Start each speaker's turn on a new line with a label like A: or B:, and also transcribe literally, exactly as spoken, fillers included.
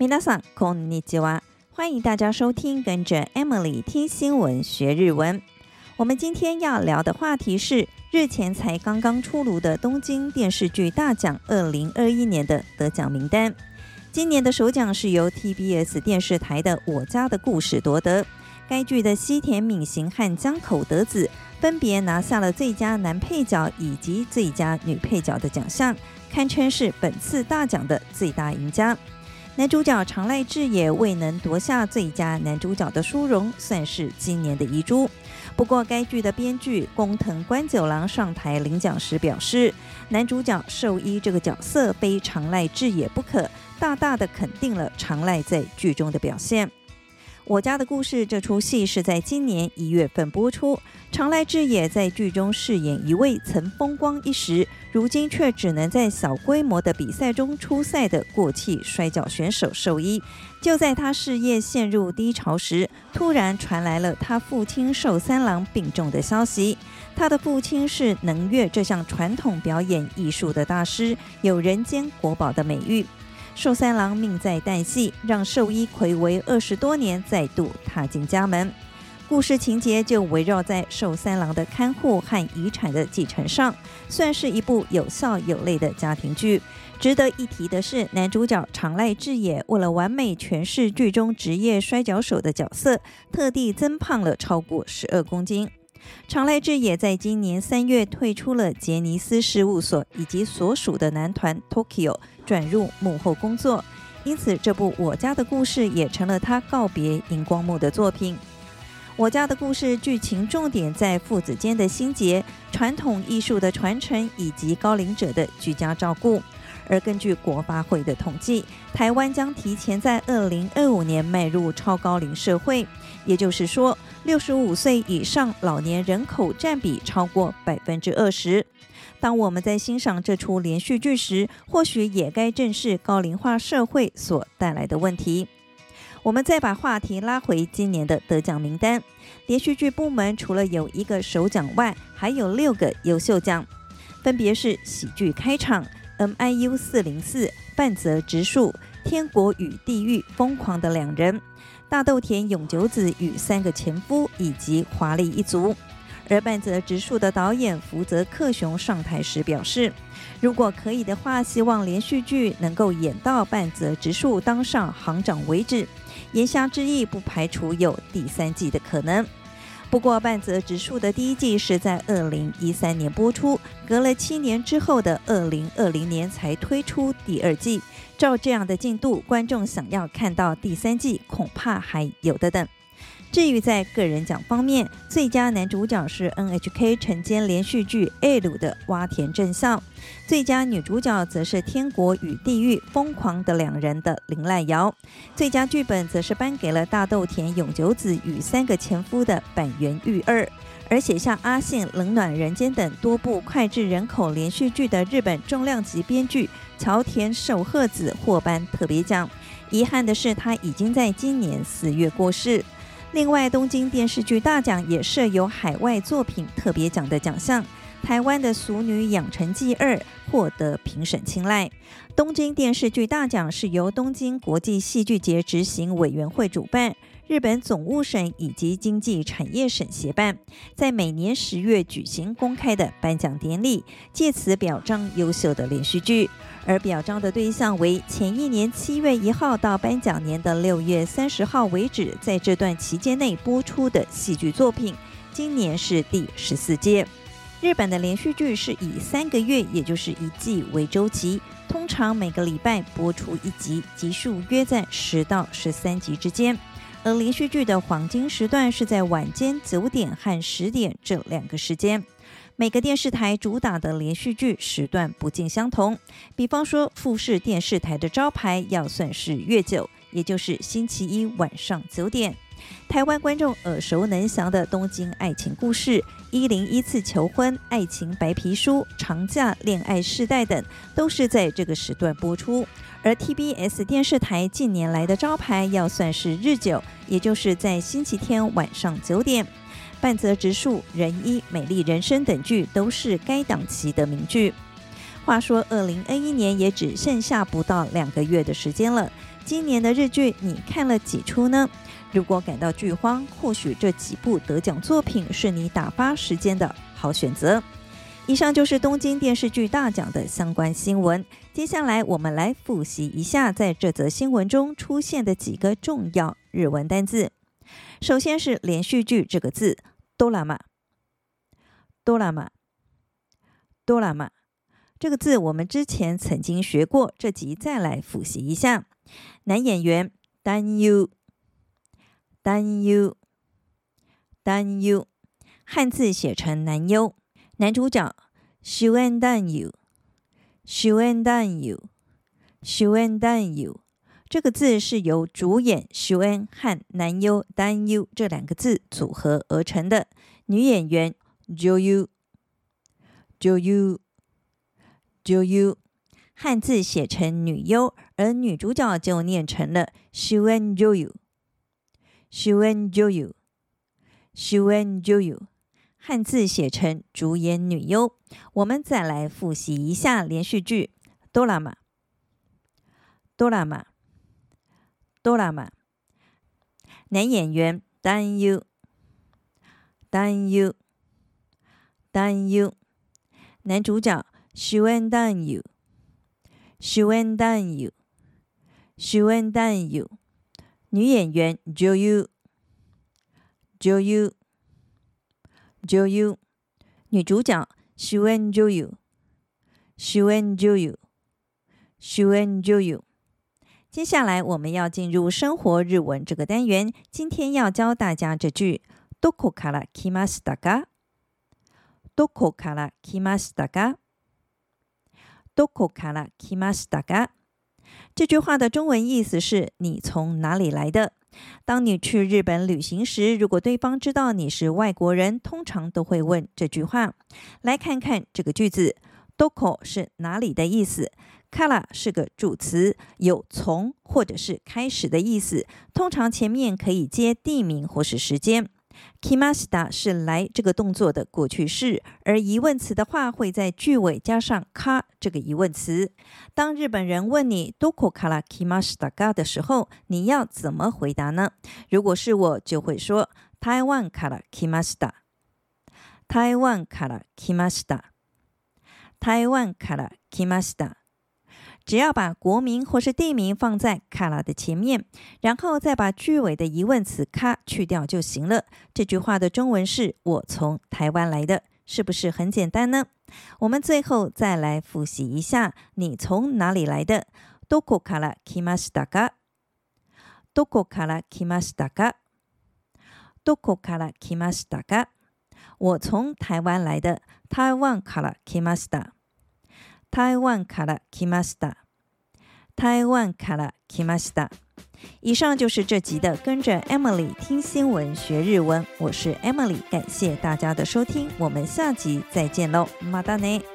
A: 皆さんこんにちは，欢迎大家收听，跟着 Emily 听新闻学日文。我们今天要聊的话题是日前才刚刚出炉的东京电视剧大奖二零二一年的得奖名单。今年的首奖是由 T B S 电视台的《我家的故事》夺得，该剧的西田敏行和江口德子分别拿下了最佳男配角以及最佳女配角的奖项，堪称是本次大奖的最大赢家。男主角长濑智也未能夺下最佳男主角的殊荣，算是今年的遗珠。不过该剧的编剧工藤官九郎上台领奖时表示，男主角寿一这个角色非长濑智也不可，大大的肯定了长濑在剧中的表现。我家的故事这出戏是在今年一月份播出，长濑智也在剧中饰演一位曾风光一时，如今却只能在小规模的比赛中出赛的过气摔跤选手寿一。就在他事业陷入低潮时，突然传来了他父亲寿三郎病重的消息。他的父亲是能乐这项传统表演艺术的大师，有人间国宝的美誉。寿三郎命在旦夕，让寿一睽违二十多年再度踏进家门。故事情节就围绕在寿三郎的看护和遗产的继承上，算是一部有笑有泪的家庭剧。值得一提的是，男主角长濑智也为了完美诠释剧中职业摔跤手的角色，特地增胖了超过十二公斤。长濑智也在今年三月退出了杰尼斯事务所以及所属的男团 Tokyo， 转入幕后工作，因此这部《我家的故事》也成了他告别荧光幕的作品。我家的故事剧情重点在父子间的心结、传统艺术的传承以及高龄者的居家照顾。而根据国发会的统计，台湾将提前在二零二五年迈入超高龄社会，也就是说六十五岁以上老年人口占比超过百分之二十。当我们在欣赏这出连续剧时，或许也该正视高龄化社会所带来的问题。我们再把话题拉回今年的得奖名单，连续剧部门除了有一个首奖外，还有六个优秀奖，分别是喜剧开场、M I U 四零四、半泽直树、天国与地狱、疯狂的两人、大豆田永久子与三个前夫以及华丽一族。而半泽直树的导演福泽克雄上台时表示，如果可以的话，希望连续剧能够演到半泽直树当上行长为止，言下之意不排除有第三季的可能。不过半泽直树的第一季是在二零一三年播出，隔了七年之后的二零二零年才推出第二季。照这样的进度，观众想要看到第三季恐怕还有得等。至于在个人奖方面，最佳男主角是 N H K 晨间连续剧《A 鲁》的洼田正孝，最佳女主角则是《天国与地狱：疯狂的两人》的林濑遥，最佳剧本则是颁给了大豆田永久子与三个前夫的板垣裕二。而写下《阿信》《冷暖人间》等多部脍炙人口连续剧的日本重量级编剧桥田守贺子获颁特别奖，遗憾的是他已经在今年四月过世。另外，东京电视剧大奖也设有海外作品特别奖的奖项，台湾的《俗女养成记二》获得评审青睐。东京电视剧大奖是由东京国际戏剧节执行委员会主办，日本总务省以及经济产业省协办，在每年十月举行公开的颁奖典礼，借此表彰优秀的连续剧。而表彰的对象为前一年七月一号到颁奖年的六月三十号为止，在这段期间内播出的戏剧作品，今年是第十四届。日本的连续剧是以三个月，也就是一季为周期，通常每个礼拜播出一集，集数约在十到十三集之间。而连续剧的黄金时段是在晚间九点和十点这两个时间。每个电视台主打的连续剧时段不尽相同，比方说富士电视台的招牌要算是月九，也就是星期一晚上九点。台湾观众耳熟能详的《东京爱情故事》、《一零一次求婚》、《爱情白皮书》、《长假恋爱世代》等都是在这个时段播出。而 T B S 电视台近年来的招牌要算是日九，也就是在星期天晚上九点。半泽直树、仁一、美丽人生等剧都是该档期的名剧。 话说二零二一年也只剩下不到两个月的时间了，今年的日剧你看了几出呢？如果感到剧荒，或许这几部得奖作品是你打发时间的好选择。以上就是东京电视剧大奖的相关新闻。接下来我们来复习一下在这则新闻中出现的几个重要日文单字。首先是连续剧这个字，ドラマ。ドラマ。ドラマ。这个字我们之前曾经学过，这集再来复习一下。男演员男優。男優。男優。汉字写成男優。男主角主演男優。主演男優。主演男優。这个字是由主演主演和男優男優这两个字组合而成的。女演员女優。女優。女優。汉字写成女優，而女主角就念成了主演女優。主演女優。主演女優。汉字写成主演女優。我们再来复习一下连续剧ドラマ。ドラマ。ドラマ。男演員男優。男優。男優。男主角主演男優。主演男優。主演男優。女演員女優。女優。女優。女主角主演女優。主演女優。主演女優。接下来我们要进入生活日文这个单元，今天要教大家这句どこから来ましたか？どこから来ましたか？どこから来ましたか？这句话的中文意思是你从哪里来的？当你去日本旅行时，如果对方知道你是外国人，通常都会问这句话。来看看这个句子，どこ是哪里的意思，から是个助词，有从或者是开始的意思，通常前面可以接地名或是时间。来ました是来这个动作的过去式，而疑问词的话会在句尾加上か这个疑问词。当日本人问你どこから来ましたか的时候，你要怎么回答呢？如果是我，就会说台湾から来ました。台湾から来ました。台湾から来ました。只要把国名或是地名放在から的前面，然后再把句尾的疑问词か去掉就行了。这句话的中文是我从台湾来的，是不是很简单呢？我们最后再来复习一下，你从哪里来的？どこから来ましたか？どこから来ましたか？どこから来ましたか？我从台湾来的。台湾から来ました。台湾から来ました。台湾から来ました。以上就是这集的跟着 Emily 听新闻学日文，我是 Emily， 感谢大家的收听，我们下集再见喽，またね。